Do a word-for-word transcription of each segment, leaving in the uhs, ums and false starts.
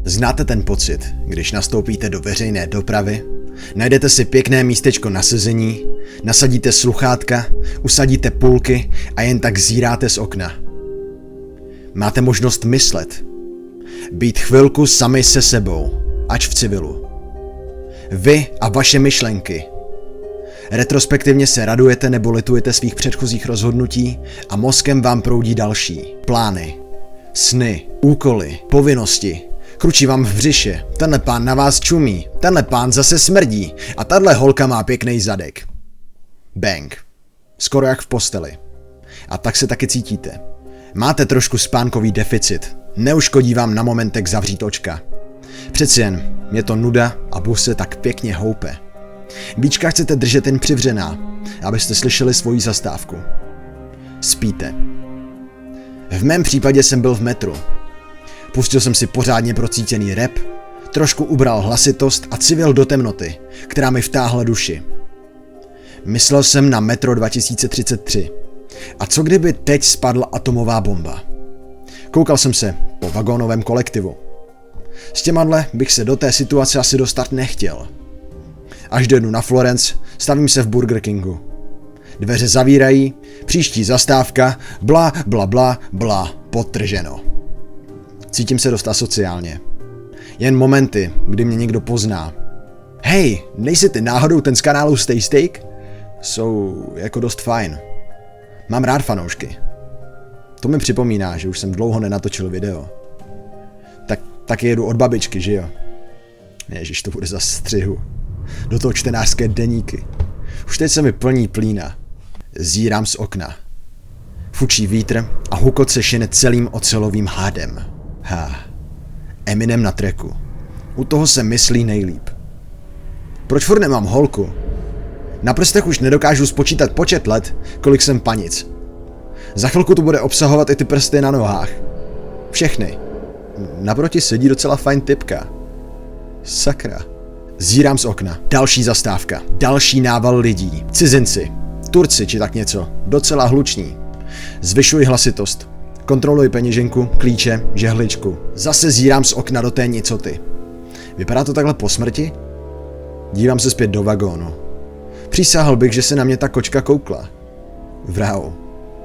Znáte ten pocit, když nastoupíte do veřejné dopravy, najdete si pěkné místečko na sezení, nasadíte sluchátka, usadíte půlky a jen tak zíráte z okna. Máte možnost myslet, být chvilku sami se sebou, ač v civilu. Vy a vaše myšlenky. Retrospektivně se radujete nebo litujete svých předchozích rozhodnutí a mozkem vám proudí další. Plány, sny, úkoly, povinnosti. Kručí vám v břiše, tenhle pán na vás čumí, tenhle pán zase smrdí a tahle holka má pěkný zadek. Bang. Skoro jak v posteli. A tak se taky cítíte. Máte trošku spánkový deficit, neuškodí vám na momentek zavřít očka. Přeci jen, je to nuda a bus se tak pěkně houpe. Víčka chcete držet jen přivřená, abyste slyšeli svoji zastávku. Spíte. V mém případě jsem byl v metru. Pustil jsem si pořádně procítěný rap, trošku ubral hlasitost a civil do temnoty, která mi vtáhla duši. Myslel jsem na Metro dva tisíce třicet tři. A co kdyby teď spadla atomová bomba? Koukal jsem se po vagónovém kolektivu. S těmadle bych se do té situace asi dostat nechtěl. Až dojedu na Florence, stavím se v Burger Kingu. Dveře zavírají, příští zastávka, bla, bla, bla, bla, podtrženo. Cítím se dost asociálně. Jen momenty, kdy mě někdo pozná. Hej, nejsi ty náhodou ten z kanálu Stay Steak? Jsou jako dost fajn. Mám rád fanoušky. To mi připomíná, že už jsem dlouho nenatočil video. Tak taky jedu od babičky, že jo? Ježiš, to bude za střihu. Do toho čtenářské deníky. Už teď se mi plní plína. Zírám z okna. Fučí vítr a hukot se šine celým ocelovým hádem. Ha. Eminem na tracku. U toho se myslí nejlíp. Proč furt nemám holku? Na prstech už nedokážu spočítat počet let, kolik jsem panic. Za chvilku to bude obsahovat i ty prsty na nohách. Všechny. Naproti sedí docela fajn typka. Sakra. Zírám z okna. Další zastávka. Další nával lidí. Cizinci. Turci či tak něco. Docela hluční. Zvyšuji hlasitost. Kontroluji peněženku, klíče, žehličku. Zase zírám z okna do té nicoty. Vypadá to takhle po smrti? Dívám se zpět do vagónu. Přísahal bych, že se na mě ta kočka koukla. Vrau.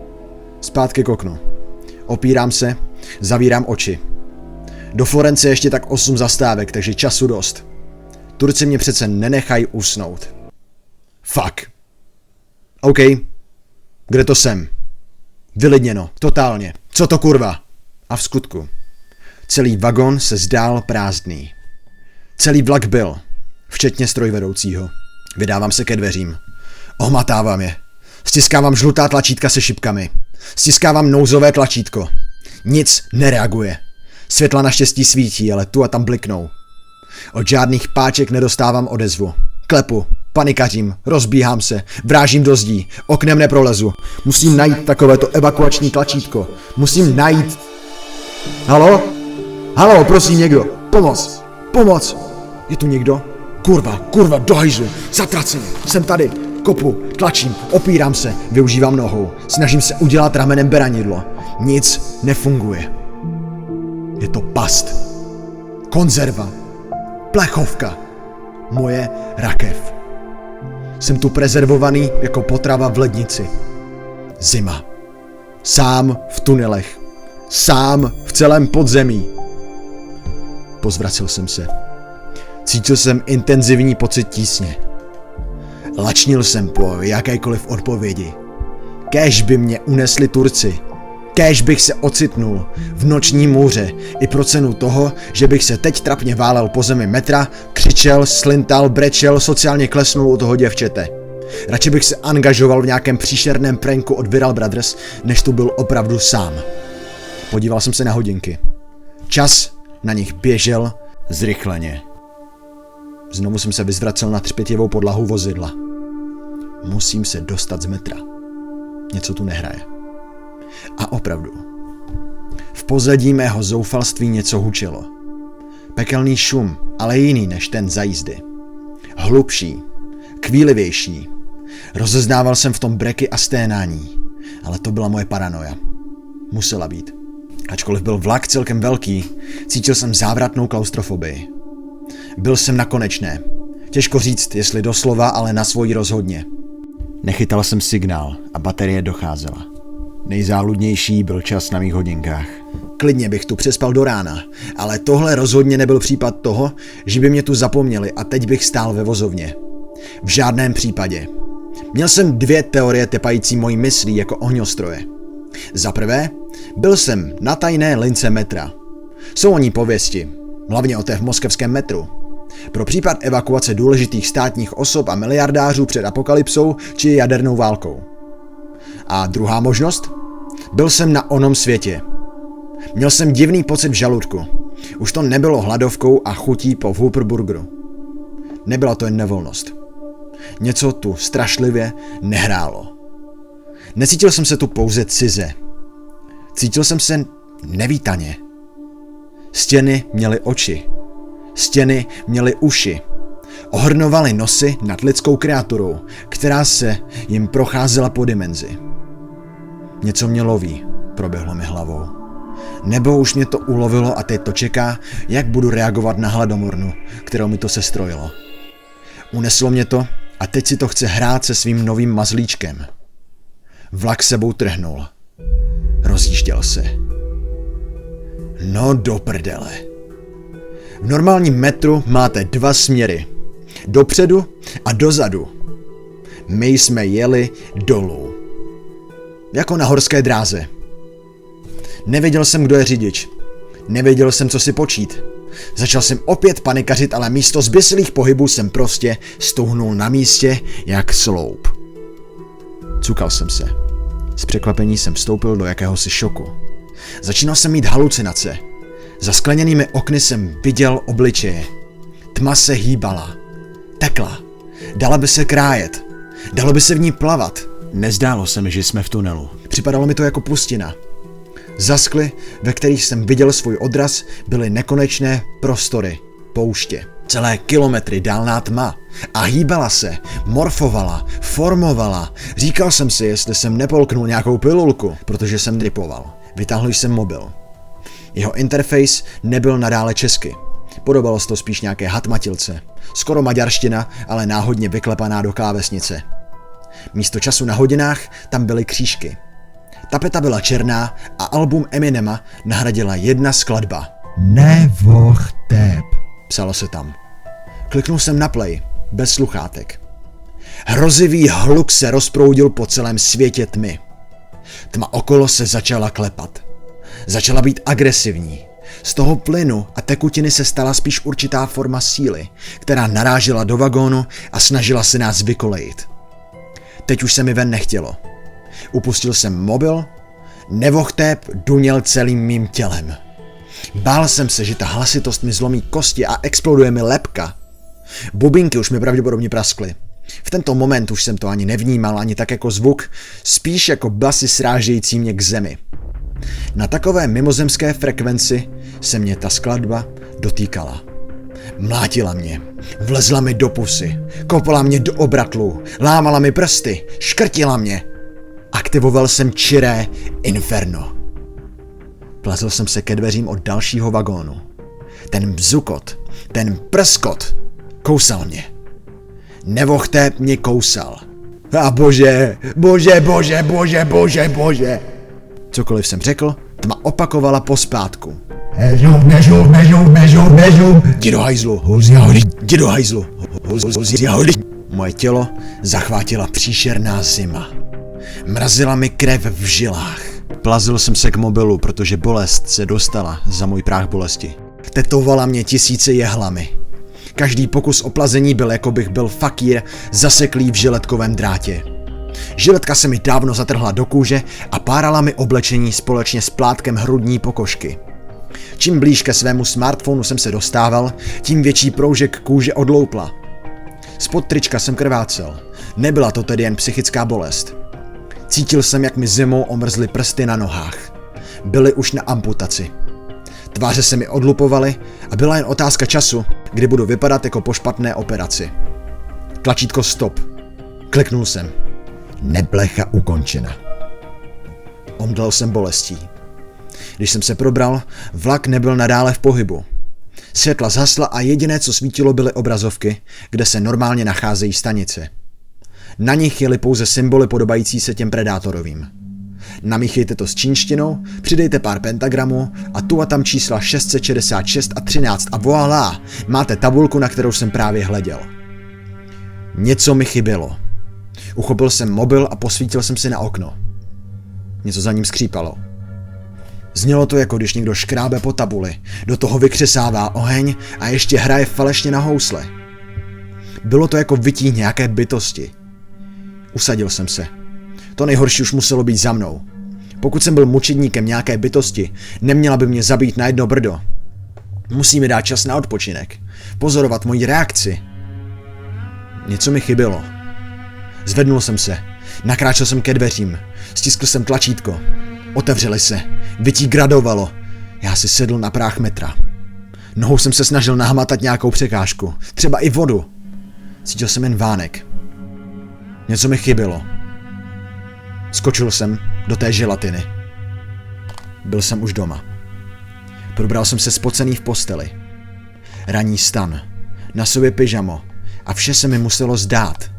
Zpátky k oknu. Opírám se, zavírám oči. Do Florence ještě tak osm zastávek, takže času dost. Turci mě přece nenechají usnout. Fuck. OK. Kde to jsem? Vylidněno, totálně. Co to kurva? A v skutku. Celý vagón se zdál prázdný. Celý vlak byl, včetně strojvedoucího. Vydávám se ke dveřím. Ohmatávám je. Stiskávám žlutá tlačítka se šipkami. Stiskávám nouzové tlačítko. Nic nereaguje. Světla naštěstí svítí, ale tu a tam bliknou. Od žádných páček nedostávám odezvu. Klepu, panikařím, rozbíhám se, vrážím do zdí, oknem neprolezu. Musím najít takovéto evakuační tlačítko. Musím najít... Halo? Halo, prosím někdo. Pomoc. Pomoc. Je tu někdo? Kurva, kurva, do hajzlu. Zatraceně. Jsem tady. Kopu, tlačím, opírám se, využívám nohou. Snažím se udělat ramenem beranidlo. Nic nefunguje. Je to past. Konzerva. Plechovka. Moje rakev. Jsem tu prezervovaný jako potrava v lednici. Zima. Sám v tunelech. Sám v celém podzemí. Pozvracel jsem se. Cítil jsem intenzivní pocit tísně. Lačnil jsem po jakékoliv odpovědi. Kéž by mě unesli Turci. Kéž bych se ocitnul v noční můře i pro cenu toho, že bych se teď trapně válel po zemi metra, křičel, slintal, brečel, sociálně klesnul u toho děvčete. Radši bych se angažoval v nějakém příšerném pranku od Viral Brothers, než tu byl opravdu sám. Podíval jsem se na hodinky. Čas na nich běžel zrychleně. Znovu jsem se vyzvracel na třpitivou podlahu vozidla. Musím se dostat z metra. Něco tu nehraje. A opravdu. V pozadí mého zoufalství něco hučelo. Pekelný šum, ale jiný než ten za jízdy. Hlubší, kvílivější. Rozeznával jsem v tom breky a sténání, ale to byla moje paranoja. Musela být. Ačkoliv byl vlak celkem velký, cítil jsem závratnou klaustrofobii. Byl jsem na konečné. Těžko říct, jestli doslova, ale na svoji rozhodně. Nechytal jsem signál a baterie docházela. Nejzáludnější byl čas na mých hodinkách. Klidně bych tu přespal do rána, ale tohle rozhodně nebyl případ toho, že by mě tu zapomněli a teď bych stál ve vozovně. V žádném případě. Měl jsem dvě teorie tepající mojí myslí jako ohňostroje. Za prvé, byl jsem na tajné lince metra. Jsou o ní pověsti, hlavně o té v moskevském metru. Pro případ evakuace důležitých státních osob a miliardářů před apokalypsou či jadernou válkou. A druhá možnost? Byl jsem na onom světě. Měl jsem divný pocit v žaludku. Už to nebylo hladovkou a chutí po Whopperburgeru. Nebyla to jen nevolnost. Něco tu strašlivě nehrálo. Necítil jsem se tu pouze cize. Cítil jsem se nevítaně. Stěny měly oči. Stěny měly uši. Ohrnovaly nosy nad lidskou kreaturou, která se jim procházela po dimenzi. Něco mě loví, proběhlo mi hlavou. Nebo už mě to ulovilo a teď to čeká, jak budu reagovat na hladomornu, kterou mi to sestrojilo. Uneslo mě to a teď si to chce hrát se svým novým mazlíčkem. Vlak sebou trhnul. Rozjížděl se. No do prdele. V normálním metru máte dva směry. Dopředu a dozadu. My jsme jeli dolů. Jako na horské dráze. Nevěděl jsem, kdo je řidič. Nevěděl jsem, co si počít. Začal jsem opět panikařit, ale místo zběsilých pohybů jsem prostě stuhnul na místě jak sloup. Cukal jsem se. Z překvapení jsem vstoupil do jakéhosi šoku. Začínal jsem mít halucinace. Za skleněnými okny jsem viděl obličeje. Tma se hýbala. Tekla. Dala by se krájet. Dalo by se v ní plavat. Nezdálo se mi, že jsme v tunelu. Připadalo mi to jako pustina. Za skly, ve kterých jsem viděl svůj odraz, byly nekonečné prostory, pouště. Celé kilometry dálná tma. A hýbala se, morfovala, formovala. Říkal jsem si, jestli jsem nepolknul nějakou pilulku, protože jsem dripoval. Vytáhl jsem mobil. Jeho interface nebyl nadále česky. Podobalo se to spíš nějaké hatmatilce. Skoro maďarština, ale náhodně vyklepaná do klávesnice. Místo času na hodinách tam byly křížky. Tapeta byla černá a album Eminema nahradila jedna skladba. Nevochtep, psalo se tam. Kliknul jsem na play, bez sluchátek. Hrozivý hluk se rozproudil po celém světě tmy. Tma okolo se začala klepat. Začala být agresivní. Z toho plynu a tekutiny se stala spíš určitá forma síly, která narážela do vagónu a snažila se nás vykolejit. Teď už se mi ven nechtělo. Upustil jsem mobil, nevochtép duněl celým mým tělem. Bál jsem se, že ta hlasitost mi zlomí kosti a exploduje mi lebka. Bubínky už mi pravděpodobně praskly. V tento moment už jsem to ani nevnímal, ani tak jako zvuk, spíš jako basy srážející mě k zemi. Na takové mimozemské frekvenci se mě ta skladba dotýkala. Mlátila mě, vlezla mi do pusy, kopala mě do obratlů, lámala mi prsty, škrtila mě. Aktivoval jsem čiré inferno. Plazil jsem se ke dveřím od dalšího vagónu. Ten bzukot, ten prskot, kousal mě. Nevochtép mě kousal. A bože, bože, bože, bože, bože, bože. Cokoliv jsem řekl, tma opakovala pospátku. Nežub, nežub, nežub, nežub, nežub. Jdi do hajzlu, jdi do hajzlu. Moje tělo zachvátila příšerná zima. Mrazila mi krev v žilách. Plazil jsem se k mobilu, protože bolest se dostala za můj práh bolesti. Tetovala mě tisíce jehlami. Každý pokus o plazení byl, jako bych byl fakír zaseklý v žiletkovém drátě. Žiletka se mi dávno zatrhla do kůže a párala mi oblečení společně s plátkem hrudní pokožky. Čím blíž ke svému smartphonu jsem se dostával, tím větší proužek kůže odloupla. Spod trička jsem krvácel. Nebyla to tedy jen psychická bolest. Cítil jsem, jak mi zimou omrzly prsty na nohách. Byly už na amputaci. Tváře se mi odlupovaly a byla jen otázka času, kdy budu vypadat jako po špatné operaci. Tlačítko stop. Kliknul jsem. Neplecha ukončena. Omdlel jsem bolestí. Když jsem se probral, vlak nebyl nadále v pohybu. Světla zhasla a jediné, co svítilo, byly obrazovky, kde se normálně nacházejí stanice. Na nich jeli pouze symboly podobající se těm predátorovým. Namíchejte to s čínštinou, přidejte pár pentagramů a tu a tam čísla šest set šedesát šest a třináct a voilà, máte tabulku, na kterou jsem právě hleděl. Něco mi chybělo. Uchopil jsem mobil a posvítil jsem si na okno. Něco za ním skřípalo. Znělo to, jako když někdo škrábe po tabuli, do toho vykřesává oheň a ještě hraje falešně na housle. Bylo to jako vytí nějaké bytosti. Usadil jsem se. To nejhorší už muselo být za mnou. Pokud jsem byl mučedníkem nějaké bytosti, neměla by mě zabít na jedno brdo. Musí mi dát čas na odpočinek. Pozorovat moji reakci. Něco mi chybělo. Zvednul jsem se. Nakráčel jsem ke dveřím. Stiskl jsem tlačítko. Otevřely se. Vytí gradovalo. Já si sedl na práh metra. Nohou jsem se snažil nahmatat nějakou překážku. Třeba i vodu. Cítil jsem jen vánek. Něco mi chybělo. Skočil jsem do té želatiny. Byl jsem už doma. Probral jsem se spocený v posteli. Ranní stan. Na sobě pyžamo. A vše se mi muselo zdát.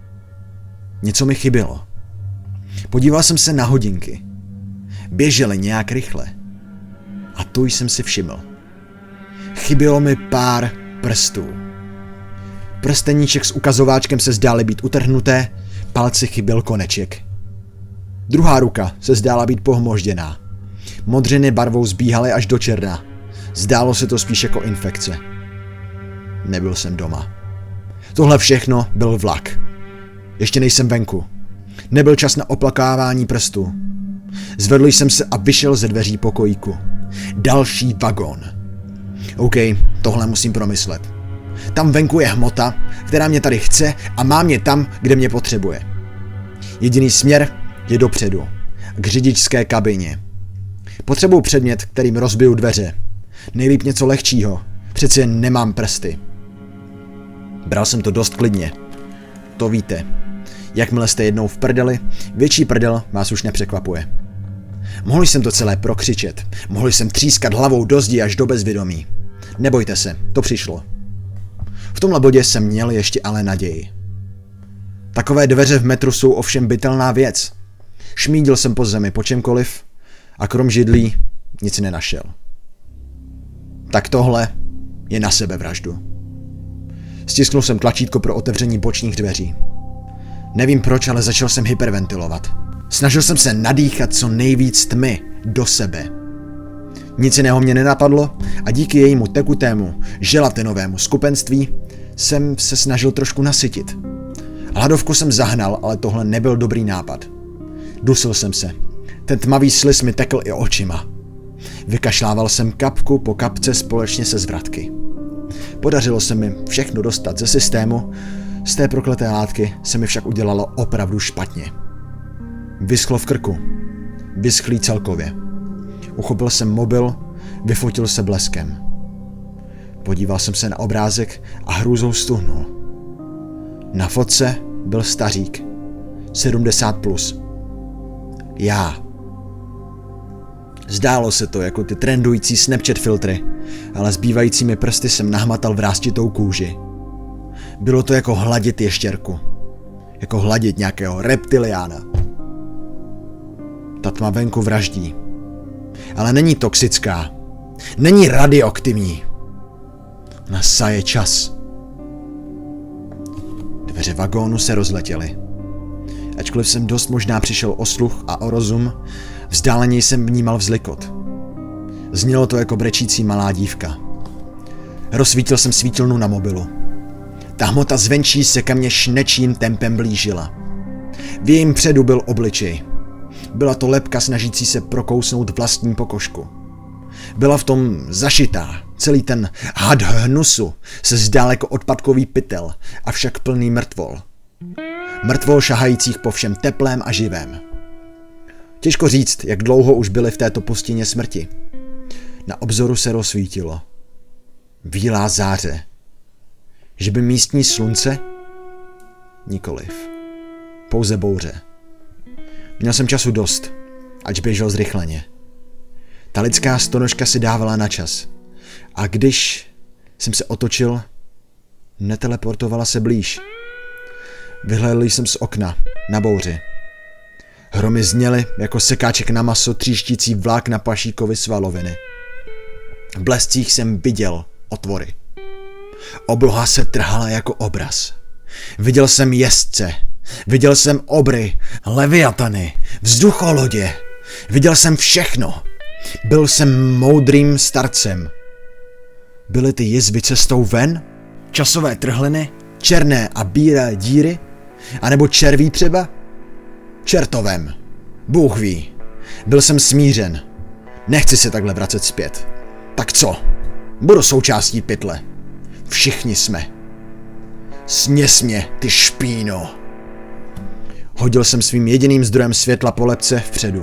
Něco mi chybělo. Podíval jsem se na hodinky. Běžely nějak rychle. A tu jsem si všiml. Chybělo mi pár prstů. Prsteníček s ukazováčkem se zdály být utrhnuté, palci chyběl koneček. Druhá ruka se zdála být pohmožděná. Modřiny barvou zbíhaly až do černa. Zdálo se to spíš jako infekce. Nebyl jsem doma. Tohle všechno byl vlak. Ještě nejsem venku. Nebyl čas na oplakávání prstů. Zvedl jsem se a vyšel ze dveří pokojíku. Další vagón. OK, tohle musím promyslet. Tam venku je hmota, která mě tady chce a má mě tam, kde mě potřebuje. Jediný směr je dopředu, k řidičské kabině. Potřebuji předmět, kterým rozbiju dveře. Nejlíp něco lehčího, přeci jen nemám prsty. Bral jsem to dost klidně. To víte. Jakmile jste jednou v prdeli, větší prdel vás už nepřekvapuje. Mohl jsem to celé prokřičet, mohl jsem třískat hlavou do zdi až do bezvědomí. Nebojte se, to přišlo. V tomhle bodě jsem měl ještě ale naději. Takové dveře v metru jsou ovšem bytelná věc. Šmídil jsem po zemi po čemkoliv a krom židlí nic nenašel. Tak tohle je na sebevraždu. Stisknul jsem tlačítko pro otevření bočních dveří. Nevím proč, ale začal jsem hyperventilovat. Snažil jsem se nadýchat co nejvíc tmy do sebe. Nic jiného mě nenapadlo a díky jejímu tekutému, želatinovému skupenství jsem se snažil trošku nasytit. Hladovku jsem zahnal, ale tohle nebyl dobrý nápad. Dusil jsem se. Ten tmavý sliz mi tekl i očima. Vykašlával jsem kapku po kapce společně se zvratky. Podařilo se mi všechno dostat ze systému, z té prokleté látky se mi však udělalo opravdu špatně. Vyschlo v krku. Vyschlý celkově. Uchopil jsem mobil, vyfotil se bleskem. Podíval jsem se na obrázek a hrůzou stuhnul. Na fotce byl stařík. sedmdesát plus. Já. Zdálo se to jako ty trendující Snapchat filtry, ale zbývajícími prsty jsem nahmatal vrásčitou kůži. Bylo to jako hladit ještěrku. Jako hladit nějakého reptiliána. Ta tma venku vraždí. Ale není toxická. Není radioaktivní. Nasaje čas. Dveře vagónu se rozletěly. Ačkoliv jsem dost možná přišel o sluch a o rozum, vzdáleně jsem vnímal vzlikot. Znělo to jako brečící malá dívka. Rozsvítil jsem svítilnu na mobilu. Ta hmota zvenčí se ke mně šnečím tempem blížila. V jejím předu byl obličej. Byla to lebka snažící se prokousnout vlastní pokožku. Byla v tom zašitá, celý ten had hnusu se zdál jako odpadkový pytel, avšak plný mrtvol. Mrtvol šahajících po všem teplém a živém. Těžko říct, jak dlouho už byli v této pustině smrti. Na obzoru se rozsvítilo. Bílá záře. Že by místní slunce? Nikoliv. Pouze bouře. Měl jsem času dost, ať běžel zrychleně. Ta lidská stonožka si dávala na čas. A když jsem se otočil, neteleportovala se blíž. Vyhlédl jsem z okna na bouři. Hromy zněly jako sekáček na maso tříštící vlak na Pašíkovi svaloviny. V blescích jsem viděl otvory. Obloha se trhala jako obraz. Viděl jsem jezdce, viděl jsem obry, leviatany, vzducholodě. Viděl jsem všechno. Byl jsem moudrým starcem. Byly ty jizvy cestou ven? Časové trhliny? Černé a bílé díry? A nebo červí třeba? Čertovem. Bůh ví. Byl jsem smířen. Nechci se takhle vracet zpět. Tak co? Budu součástí pytle. Všichni jsme. Sněs mě, ty špíno. Hodil jsem svým jediným zdrojem světla po lebce vpředu.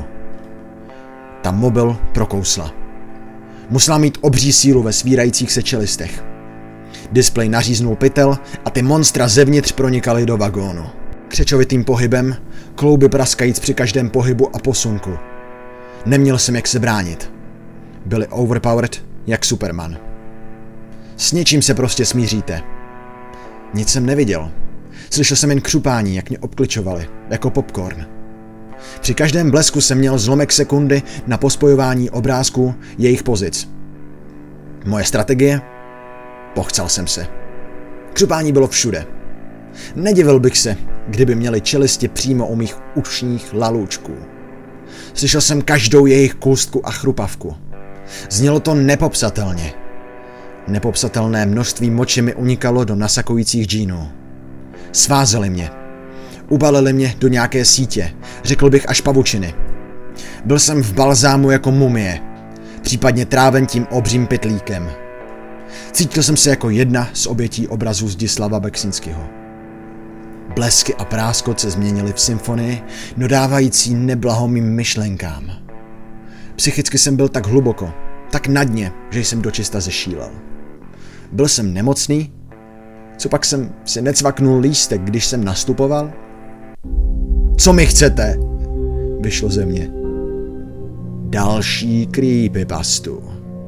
Ta mobil prokousla. Musela mít obří sílu ve svírajících se čelistech. Displej naříznul pytel a ty monstra zevnitř pronikaly do vagónu. Křečovitým pohybem, klouby praskajíc při každém pohybu a posunku. Neměl jsem jak se bránit. Byli overpowered jak Superman. S něčím se prostě smíříte. Nic jsem neviděl. Slyšel jsem jen křupání, jak mě obkličovali, jako popcorn. Při každém blesku jsem měl zlomek sekundy na pospojování obrázků jejich pozic. Moje strategie? Pochcal jsem se. Křupání bylo všude. Nedivil bych se, kdyby měli čelisti přímo u mých ušních lalůčků. Slyšel jsem každou jejich kůstku a chrupavku. Znělo to nepopsatelně. Nepopsatelné množství moči mi unikalo do nasakujících džínů. Svázeli mě. Ubalili mě do nějaké sítě, řekl bych až pavučiny. Byl jsem v balzámu jako mumie, případně tráven tím obřím pytlíkem. Cítil jsem se jako jedna z obětí obrazů Zdislava Beksínského. Blesky a práskot se změnily v symfonii, dodávající neblahomým myšlenkám. Psychicky jsem byl tak hluboko, tak na dně, že jsem dočista zešílel. Byl jsem nemocný? Co pak jsem si necvaknul lístek, když jsem nastupoval? Co mi chcete? Vyšlo ze mě. Další creepypastu.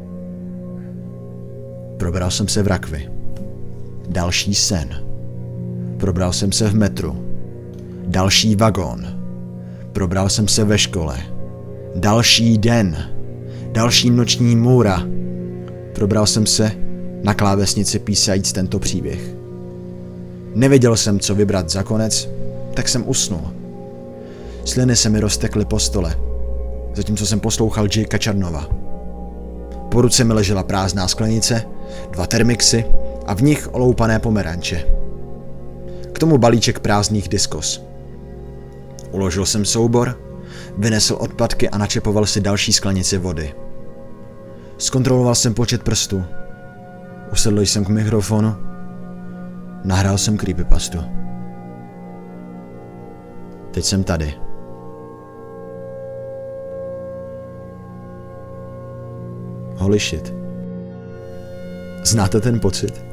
Probral jsem se v rakvi. Další sen. Probral jsem se v metru. Další vagón. Probral jsem se ve škole. Další den. Další noční můra. Probral jsem se na klávesnici písajíc tento příběh. Nevěděl jsem, co vybrat za konec, tak jsem usnul. Sliny se mi roztekly po stole, zatímco jsem poslouchal Jakea Černova. Po ruce mi ležela prázdná sklenice, dva termixy a v nich oloupané pomeranče. K tomu balíček prázdných diskos. Uložil jsem soubor, vynesl odpadky a načepoval si další sklenici vody. Zkontroloval jsem počet prstů. Usedl jsem k mikrofonu. Nahrál jsem creepypastu. Teď jsem tady. Holy shit. Znáte ten pocit?